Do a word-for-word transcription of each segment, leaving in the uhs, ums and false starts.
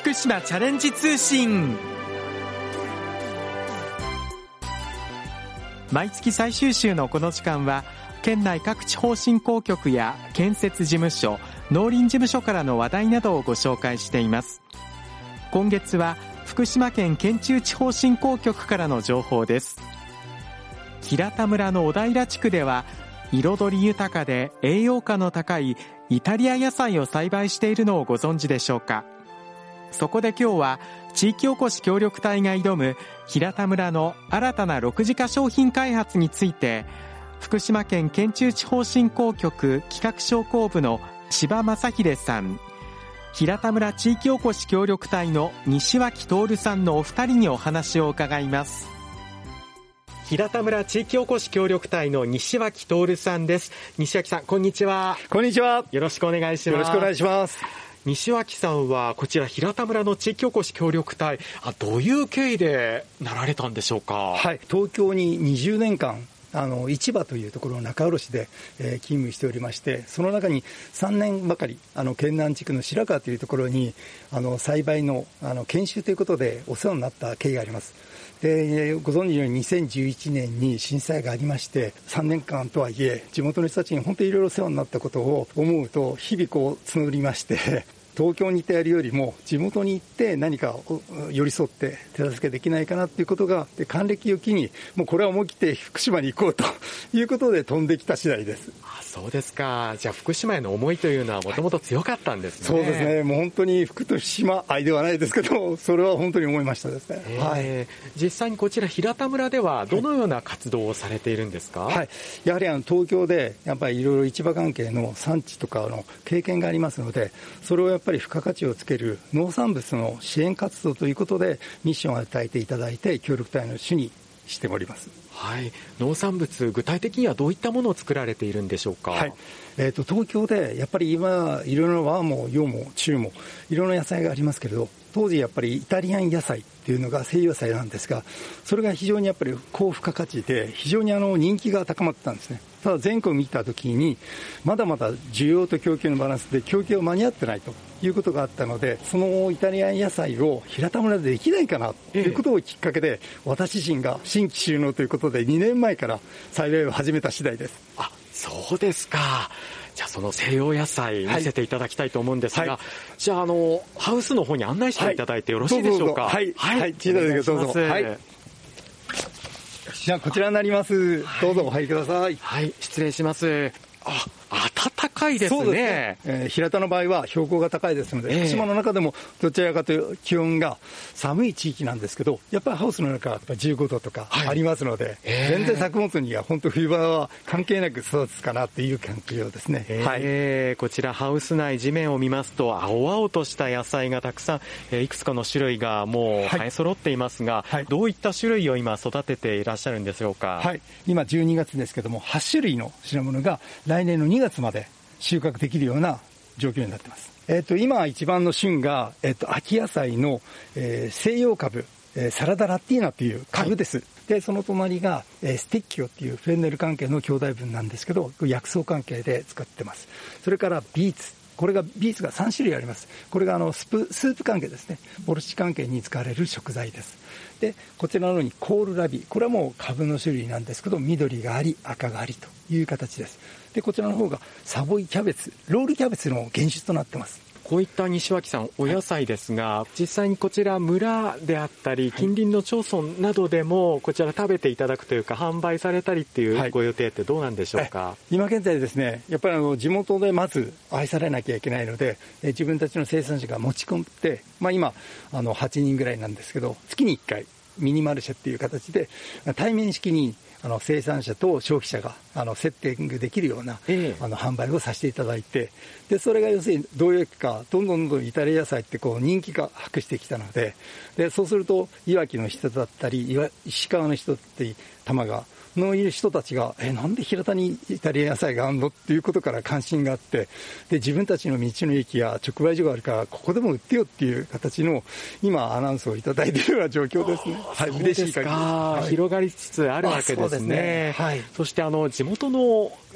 福島チャレンジ通信。毎月最終週のこの時間は、県内各地方振興局や建設事務所、農林事務所からの話題などをご紹介しています。今月は福島県県中地方振興局からの情報です。平田村の小平地区では、彩り豊かで栄養価の高いイタリア野菜を栽培しているのをご存知でしょうか。そこで今日は地域おこし協力隊が挑む平田村の新たな緑自家商品開発について、福島県県中地方振興局企画商工部の柴正秀さん、平田村地域おこし協力隊の西脇徹さんのお二人にお話を伺います。平田村地域おこし協力隊の西脇徹さんです。西脇さん、こんにちは。 こんにちは。 よろしくお願いします。 よろしくお願いします。 西脇さんはこちら平田村の地域おこし協力隊、あどういう経緯でなられたんでしょうか。 はい、東京ににじゅうねんかんあの市場というところの仲卸で、えー、勤務しておりまして、その中にさんねんばかりあの県南地区の白川というところにあの栽培のあの研修ということでお世話になった経緯があります。でご存知のようににせんじゅういちねんに震災がありまして、さんねんかんとはいえ地元の人たちに本当にいろいろ世話になったことを思うと日々こう募りまして、東京に行ってやるよりも地元に行って何か寄り添って手助けできないかなということが、で還暦を機にもうこれは思い切って福島に行こうということで飛んできた次第です。 あ、そうですか。じゃあ福島への思いというのはもともと強かったんですね。 そうですね。もう本当に福島愛ではないですけど、それは本当に思いましたですね。 はい、実際にこちら平田村ではどのような活動をされているんですか。 はいはい、やはりあの東京でやっぱりいろいろ市場関係の産地とかの経験がありますので、それをやっぱり付加価値をつける農産物の支援活動ということでミッションを与えていただいて協力隊の主にしております。 はい、農産物具体的にはどういったものを作られているんでしょうか。 はい、えーと、東京でやっぱり今いろいろな和も洋も中もいろんな野菜がありますけれど、当時やっぱりイタリアン野菜っていうのが西洋野菜なんですが、それが非常にやっぱり高付加価値で非常にあの人気が高まってたんですね。ただ全国見たときにまだまだ需要と供給のバランスで供給が間に合ってないということがあったので、そのイタリアン野菜を平田村でできないかなということをきっかけで、私自身が新規収納ということでにねんまえから栽培を始めた次第です。 あ、そうですか。じゃあその西洋野菜見せていただきたいと思うんですが、はい、じゃああのハウスの方に案内していただいてよろしいでしょうか。 はい、 はい、 はい、小さいですけどどうぞ。はい、じゃあこちらになります。どうぞお入りください。 はい、失礼します。あ、暖かいですね。 そうですね、えー、平田の場合は標高が高いですので、えー、福島の中でもどちらかというと気温が寒い地域なんですけど、やっぱりハウスの中はじゅうごどとかありますので、はい、えー、全然作物には本当冬場は関係なく育つかなという環境ですね。 えーはい、こちらハウス内地面を見ますと青々とした野菜がたくさん、えー、いくつかの種類がもう生え揃っていますが、はい、どういった種類を今育てていらっしゃるんでしょうか。 はい、今じゅうにがつですけどもはちしゅるいの品物が来年のにがつまで収穫できるような状況になっています。えー、と今一番の旬が、えー、と秋野菜の、えー、西洋株、えー、サラダラッティーナという株です。はい、でその隣が、えー、スティッキオっていうフェンネル関係の兄弟分なんですけど、薬草関係で使ってます。それからビーツ、これがビーツがさんしゅるいあります。これがあのスープ、スープ関係ですね。ボルシチ関係に使われる食材です。でこちらのようにコールラビ、これはもう株の種類なんですけど、緑があり赤がありという形です。でこちらの方がサボイキャベツ、ロールキャベツの原種となってます。 こういった西脇さんお野菜ですが、はい、実際にこちら村であったり近隣の町村などでもこちら食べていただくというか販売されたりっていうご予定ってどうなんでしょうか。はい、 今現在ですね、やっぱりあの地元でまず愛されなきゃいけないので、え自分たちの生産者が持ち込んで、まあ、今あのはちにんぐらいなんですけど、月にいっかいミニマルシェっていう形で対面式にあの生産者と消費者があのセッティングできるような、ええ、あの販売をさせていただいて、でそれが要するにどういうかどんどんどんどんイタリア野菜ってこう人気が博してきたので、でそうするといわきの人だったり石川の人だったり玉川のいる人たちがえなんで平田にイタリア野菜があるのっていうことから関心があって、で自分たちの道の駅や直売所があるからここでも売ってよっていう形の今アナウンスをいただいているような状況ですね。 はい、嬉しい限り、はい、広がりつつあるわけですね。そ、ねはい、そしてあの地元の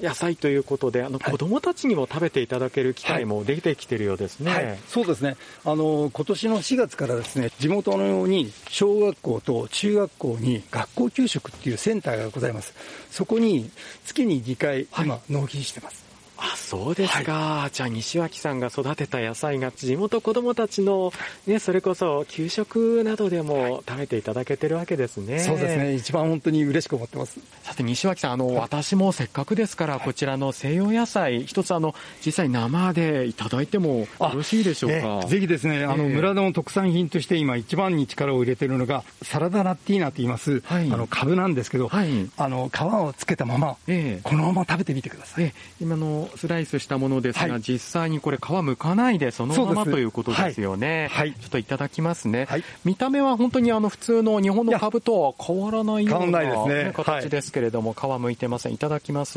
野菜ということで、あの子どもたちにも食べていただける機会も出てきているようですね。 はいはい、そうですね。あの今年のしがつからですね、地元のように小学校と中学校に学校給食っていうセンターがございます。そこに月ににかい今納品してます。 あ、そうですか、 はい、 じゃあ西脇さんが育てた野菜が地元子どもたちの、ね、それこそ給食などでも食べていただけてるわけですね。 そうですね、一番本当に嬉しく思ってます。 さて西脇さん、あの、はい、私もせっかくですから、はい、こちらの西洋野菜一つあの実際生でいただいてもよろしいでしょうか。えー、ぜひですね、あの村田の特産品として今一番に力を入れているのがサラダラッティーナと言います、はい、あの株なんですけど、はい、あの皮をつけたまま、えー、このまま食べてみてください。えー、 今のスライスしたものですが、はい、実際にこれ皮むかないでそのままということですよね。はいはい、ちょっといただきますね。はい、見た目は本当にあの普通の日本の株とは変わらないような、ねね、形ですけれども、はい、皮むいてません。いただきます。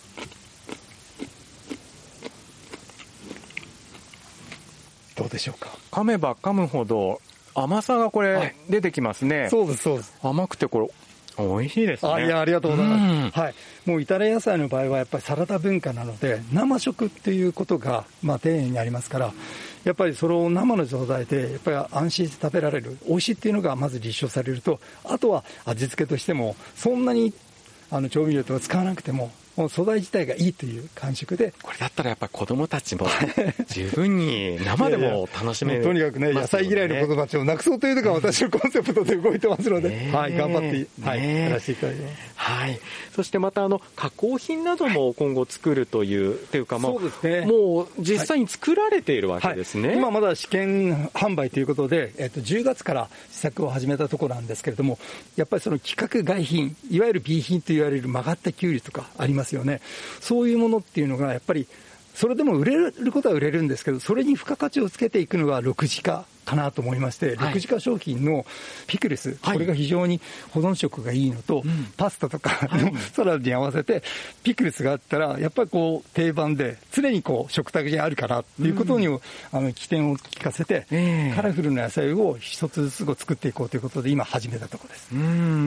どうでしょうか。 噛めば噛むほど甘さがこれ、はい、出てきますね。 そうですそうです。 甘くてこれ美味しいですね。 あ、いや、ありがとうございます。はい。もうイタリア野菜の場合はやっぱりサラダ文化なので、生食っていうことがまあ丁寧にありますから、やっぱりそれを生の状態でやっぱり安心して食べられる、美味しいっていうのがまず立証されると、あとは味付けとしてもそんなにあの調味料とか使わなくても、もう素材自体がいいという感触で、 これだったらやっぱり子どもたちも十分に生でも楽しめる、ね、 とにかくね、野菜嫌いの子どもたちをなくそうというのが私のコンセプトで動いてますので、ね、はい、頑張って、はい、やらせていただきます。 はい。そしてまたあの加工品なども今後作るという、はい、というか、まあ、そうですね、もう実際に作られているわけですね。 はいはい、今まだ試験販売ということで、えっと、じゅうがつから試作を始めたところなんですけれども、やっぱりその規格外品、いわゆる B 品と言われる曲がったきゅうりとかありますよね。そういうものっていうのがやっぱりそれでも売れることは売れるんですけど、それに付加価値をつけていくのがろくじかかなと思いまして、はい、ろくじか商品のピクルス、はい、これが非常に保存食がいいのと、うん、パスタとかの、はい、サラダに合わせてピクルスがあったらやっぱりこう定番で常にこう食卓にあるかなっていうことに、うん、あの起点を聞かせて、えー、カラフルな野菜を一つずつ作っていこうということで今始めたところです。 うん、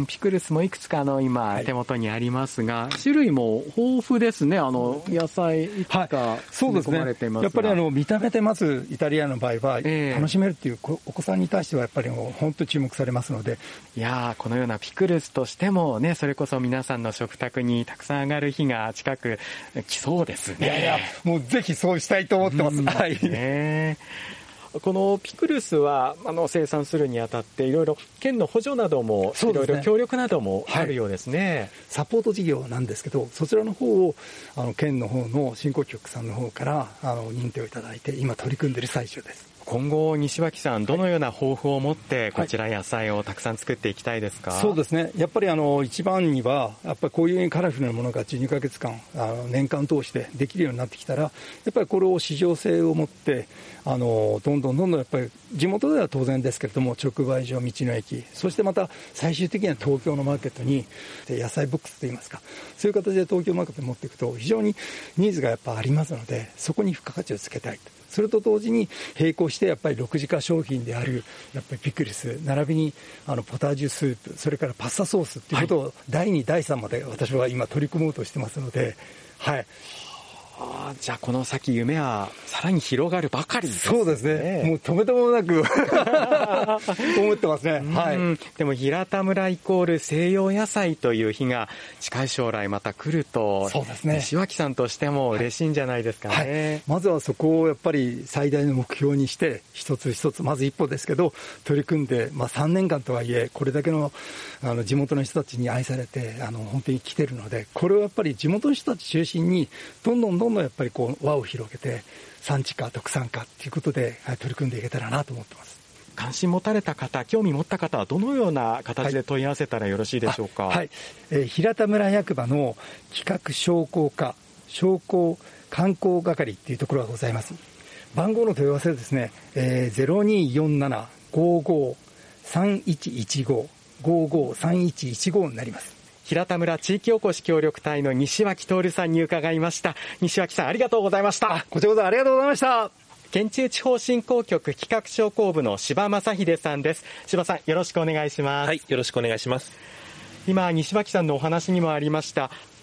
ピクルスもいくつかの今手元にありますが、はい、種類も豊富ですね。あの野菜いくつか詰め込まれていますが、 はい、そうですね、やっぱりあの見た目でまずイタリアの場合は楽しめるっていう、えー、お子さんに対してはやっぱりもう本当に注目されますので、 いやー、このようなピクルスとしてもね、それこそ皆さんの食卓にたくさん上がる日が近く来そうですね。 いやいや、もうぜひそうしたいと思ってます。はい。 ね、このピクルスはあの生産するにあたっていろいろ県の補助なども、いろいろ協力などもあるようですね。はい、 サポート事業なんですけど、そちらの方をあの県の方の振興局さんの方からあの認定をいただいて今取り組んでいる最中です。 今後西脇さん、どのような抱負を持ってこちら野菜をたくさん作っていきたいですか。 はい、そうですね、やっぱりあの一番にはやっぱりこういうカラフルなものがじゅうにかげつかんあの年間通してできるようになってきたら、やっぱりこれを市場性を持ってあのどんどんどんどんやっぱり地元では当然ですけれども直売所、道の駅、そしてまた最終的には東京のマーケットに野菜ボックスといいますか、そういう形で東京マーケットに持っていくと非常にニーズがやっぱありますので、そこに付加価値をつけたい。それと同時に並行してやっぱりろくじか商品であるやっぱりピクルス、並びにあのポタージュスープ、それからパスタソースということをだいに、だいさんまで私は今取り組もうとしてますので、はい。 あ、じゃあこの先夢はさらに広がるばかりですね。 そうですね。もう止めてもなく思ってますね。はい。 でも平田村イコール西洋野菜という日が近い将来また来ると、そうですね、西脇さんとしても嬉しいんじゃないですかね。はいはい、 まずはそこをやっぱり最大の目標にして一つ一つまず一歩ですけど取り組んで、まあ、さんねんかんとはいえこれだけの、あの地元の人たちに愛されてあの本当に来てるので、これをやっぱり地元の人たち中心にどんどんどんどんどんやっぱりこう輪を広げて産地化特産化ということで取り組んでいけたらなと思ってます。 関心持たれた方、興味持った方はどのような形で問い合わせたらよろしいでしょうか。 はい、はい、えー、平田村役場の企画商工課商工観光係っていうところがございます。番号の問い合わせはですね、えー、ゼロにーよんなな ごーごー さんいちいちご ごーごー さんいちいちごになります。 平田村地域おこし協力隊の西脇徹さんに伺いました。西脇さん、ありがとうございました。 こちらこそありがとうございました。 県中地方振興局企画商工部の柴正秀さんです。柴さん、よろしくお願いします。 はい、よろしくお願いします。 今西脇さんのお話にもありました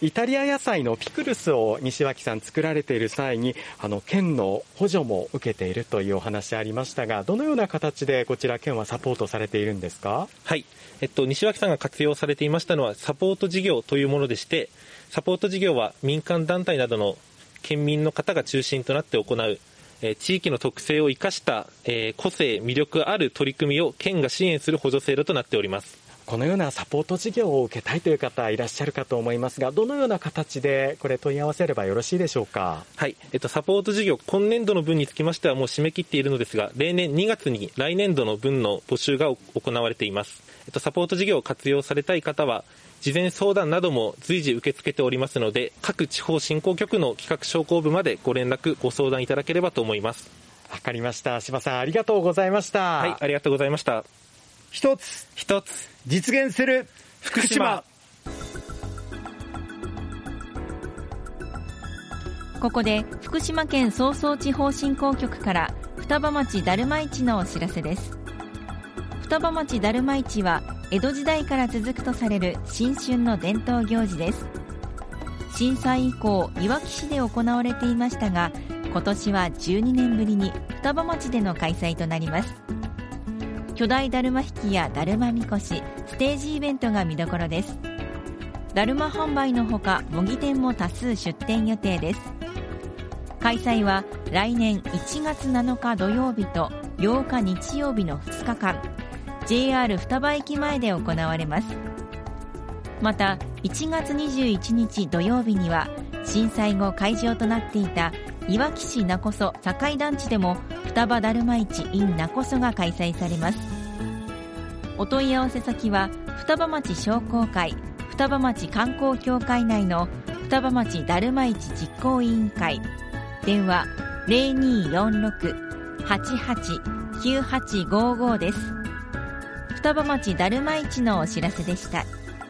イタリア野菜のピクルスを西脇さん作られている際にあの県の補助も受けているというお話ありましたが、どのような形でこちら県はサポートされているんですか？ はい、えっと、西脇さんが活用されていましたのはサポート事業というものでして、サポート事業は民間団体などの県民の方が中心となって行う、えー、地域の特性を生かした、えー、個性魅力ある取り組みを県が支援する補助制度となっております。 このようなサポート事業を受けたいという方いらっしゃるかと思いますが、どのような形でこれ問い合わせればよろしいでしょうか？ はい、えっと、サポート事業今年度の分につきましてはもう締め切っているのですが、例年にがつに来年度の分の募集が行われています。えっと、サポート事業を活用されたい方は事前相談なども随時受け付けておりますので、各地方振興局の企画商工部までご連絡ご相談いただければと思います。 わかりました。柴さんありがとうございました。 はい、ありがとうございました。 一つ一つ実現する福島。 ここで福島県総総地方振興局から双葉町だるま市のお知らせです。双葉町だるま市は江戸時代から続くとされる新春の伝統行事です。震災以降いわき市で行われていましたが、今年はじゅうにねんぶりに双葉町での開催となります。巨大だるま引きやだるまみこし、ステージイベントが見どころです。だるま販売のほか模擬店も多数出店予定です。開催は来年いちがつなのか土曜日とようか日曜日のふつかかん、ジェイアール 双葉駅前で行われます。またいちがつにじゅういちにち土曜日には震災後会場となっていたいわき市勿来境団地でも双葉だるま市 in 勿来が開催されます。お問い合わせ先は双葉町商工会双葉町観光協会内の双葉町だるま市実行委員会、電話 ゼロにーよんろく はちはち きゅうはちごご です。双葉町だるま市のお知らせでした。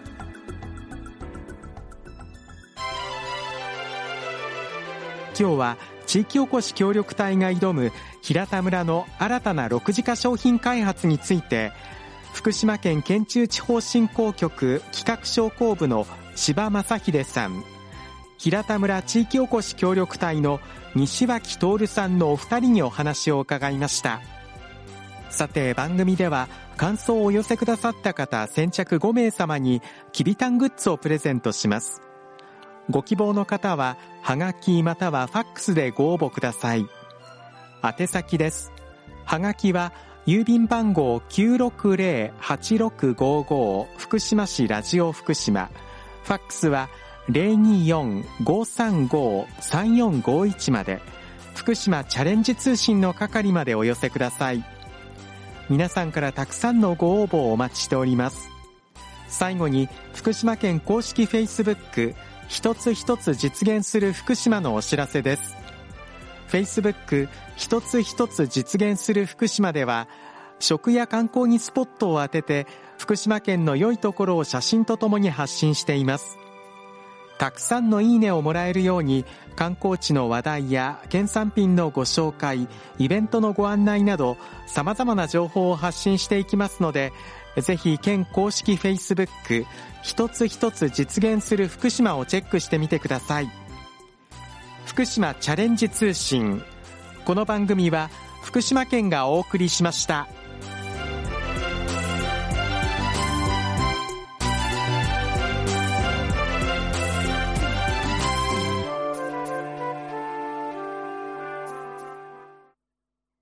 今日は地域おこし協力隊が挑む平田村の新たなろく次化商品開発について、福島県県中地方振興局企画商工部の柴正秀さん、平田村地域おこし協力隊の西脇徹さんのお二人にお話を伺いました。さて番組では感想をお寄せくださった方先着ごめいさまにきびたんグッズをプレゼントします。ご希望の方ははがきまたはファックスでご応募ください。宛先です。はがきは郵便番号 きゅうろくゼロ はちろくごご 福島市ラジオ福島、ファックスは ゼロにーよん ごさんご さんよんごいち まで、福島チャレンジ通信の係までお寄せください。皆さんからたくさんのご応募をお待ちしております。最後に福島県公式 Facebook 一つ一つ実現する福島のお知らせです。Facebook 一つ一つ実現する福島では、食や観光にスポットを当てて福島県の良いところを写真とともに発信しています。たくさんのいいねをもらえるように、観光地の話題や県産品のご紹介、イベントのご案内など様々な情報を発信していきますので、ぜひ県公式 Facebook 一つ一つ実現する福島をチェックしてみてください。福島チャレンジ通信、この番組は福島県がお送りしました。